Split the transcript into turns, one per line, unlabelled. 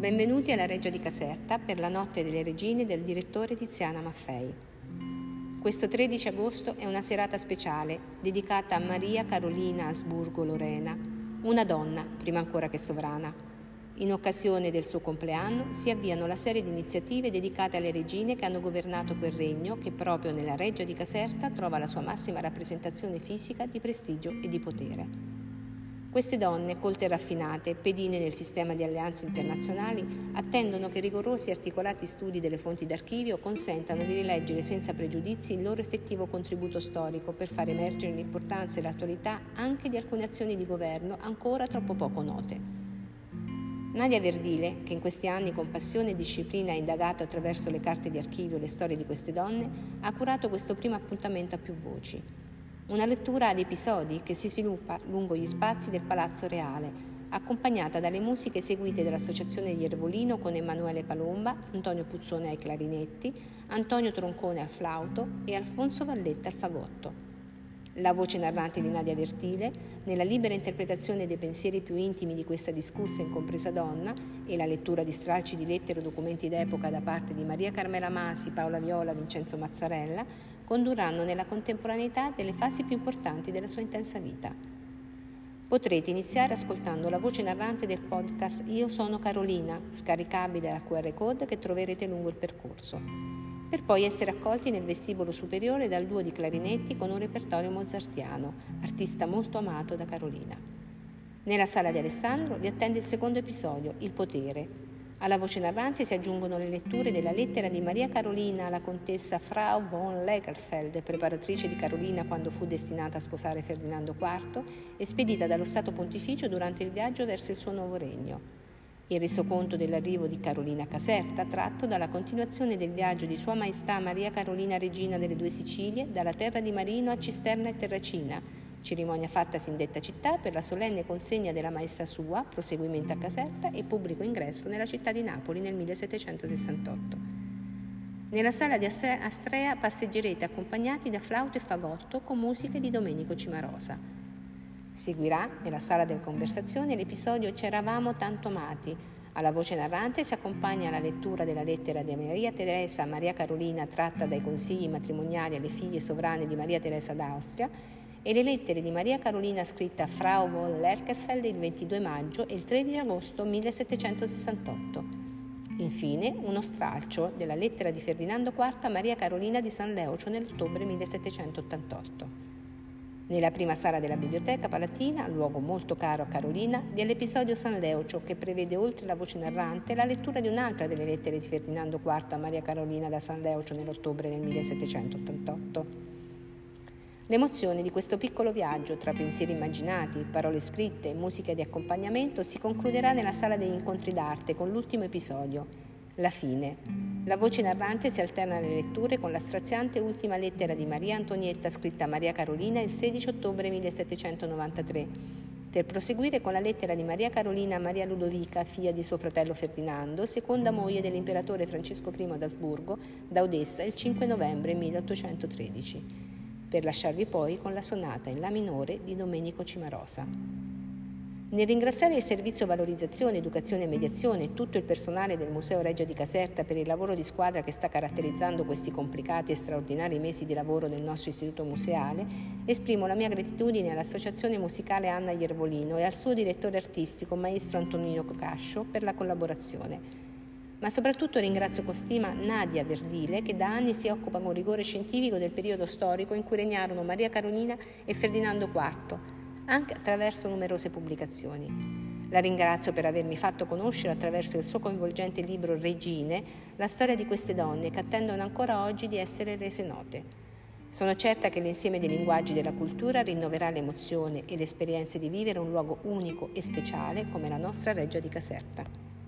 Benvenuti alla Reggia di Caserta per la Notte delle Regine del direttore Tiziana Maffei. Questo 13 agosto è una serata speciale dedicata a Maria Carolina Asburgo Lorena, una donna prima ancora che sovrana. In occasione del suo compleanno si avviano la serie di iniziative dedicate alle regine che hanno governato quel regno che proprio nella Reggia di Caserta trova la sua massima rappresentazione fisica di prestigio e di potere. Queste donne, colte e raffinate, pedine nel sistema di alleanze internazionali, attendono che rigorosi e articolati studi delle fonti d'archivio consentano di rileggere senza pregiudizi il loro effettivo contributo storico per far emergere l'importanza e l'attualità anche di alcune azioni di governo ancora troppo poco note. Nadia Verdile, che in questi anni con passione e disciplina ha indagato attraverso le carte di archivio le storie di queste donne, ha curato questo primo appuntamento a più voci. Una lettura ad episodi che si sviluppa lungo gli spazi del Palazzo Reale, accompagnata dalle musiche eseguite dall'Associazione di Iervolino con Emanuele Palomba, Antonio Puzzone ai clarinetti, Antonio Troncone al flauto e Alfonso Valletta al fagotto. La voce narrante di Nadia Verdile, nella libera interpretazione dei pensieri più intimi di questa discussa e incompresa donna, e la lettura di stralci di lettere o documenti d'epoca da parte di Maria Carmela Masi, Paola Viola, Vincenzo Mazzarella, condurranno nella contemporaneità delle fasi più importanti della sua intensa vita. Potrete iniziare ascoltando la voce narrante del podcast Io sono Carolina, scaricabile dal QR code che troverete lungo il percorso, per poi essere accolti nel vestibolo superiore dal duo di clarinetti con un repertorio mozartiano, artista molto amato da Carolina. Nella sala di Alessandro vi attende il secondo episodio, Il potere. Alla voce narrante si aggiungono le letture della lettera di Maria Carolina alla contessa Frau von Lagerfeld, preparatrice di Carolina quando fu destinata a sposare Ferdinando IV, e spedita dallo Stato Pontificio durante il viaggio verso il suo nuovo regno. Il resoconto dell'arrivo di Carolina a Caserta, tratto dalla continuazione del viaggio di Sua Maestà Maria Carolina Regina delle Due Sicilie, dalla terra di Marino a Cisterna e Terracina, cerimonia fattasi in detta città per la solenne consegna della Maestà sua, proseguimento a Caserta e pubblico ingresso nella città di Napoli nel 1768. Nella sala di Astrea passeggerete accompagnati da flauto e fagotto con musiche di Domenico Cimarosa. Seguirà, nella sala delle conversazioni, l'episodio C'eravamo tanto amati. Alla voce narrante si accompagna alla lettura della lettera di Maria Teresa a Maria Carolina tratta dai consigli matrimoniali alle figlie sovrane di Maria Teresa d'Austria e le lettere di Maria Carolina scritte a Frau von Lagerfeld il 22 maggio e il 13 agosto 1768. Infine, uno stralcio della lettera di Ferdinando IV a Maria Carolina di San Leucio nell'ottobre 1788. Nella prima sala della Biblioteca Palatina, luogo molto caro a Carolina, vi è l'episodio San Leucio che prevede oltre la voce narrante la lettura di un'altra delle lettere di Ferdinando IV a Maria Carolina da San Leucio nell'ottobre del 1788. L'emozione di questo piccolo viaggio tra pensieri immaginati, parole scritte e musica di accompagnamento si concluderà nella sala degli incontri d'arte con l'ultimo episodio, La fine. La voce narrante si alterna alle letture con la straziante ultima lettera di Maria Antonietta scritta a Maria Carolina il 16 ottobre 1793, per proseguire con la lettera di Maria Carolina a Maria Ludovica, figlia di suo fratello Ferdinando, seconda moglie dell'imperatore Francesco I d'Asburgo, da Odessa il 5 novembre 1813. Per lasciarvi poi con la sonata in La minore di Domenico Cimarosa. Nel ringraziare il Servizio Valorizzazione, Educazione e Mediazione e tutto il personale del Museo Reggia di Caserta per il lavoro di squadra che sta caratterizzando questi complicati e straordinari mesi di lavoro del nostro istituto museale, esprimo la mia gratitudine all'Associazione Musicale Anna Iervolino e al suo direttore artistico, maestro Antonino Cascio, per la collaborazione. Ma soprattutto ringrazio con stima Nadia Verdile, che da anni si occupa con rigore scientifico del periodo storico in cui regnarono Maria Carolina e Ferdinando IV, anche attraverso numerose pubblicazioni. La ringrazio per avermi fatto conoscere attraverso il suo coinvolgente libro Regine la storia di queste donne che attendono ancora oggi di essere rese note. Sono certa che l'insieme dei linguaggi della cultura rinnoverà l'emozione e le esperienze di vivere un luogo unico e speciale come la nostra Reggia di Caserta.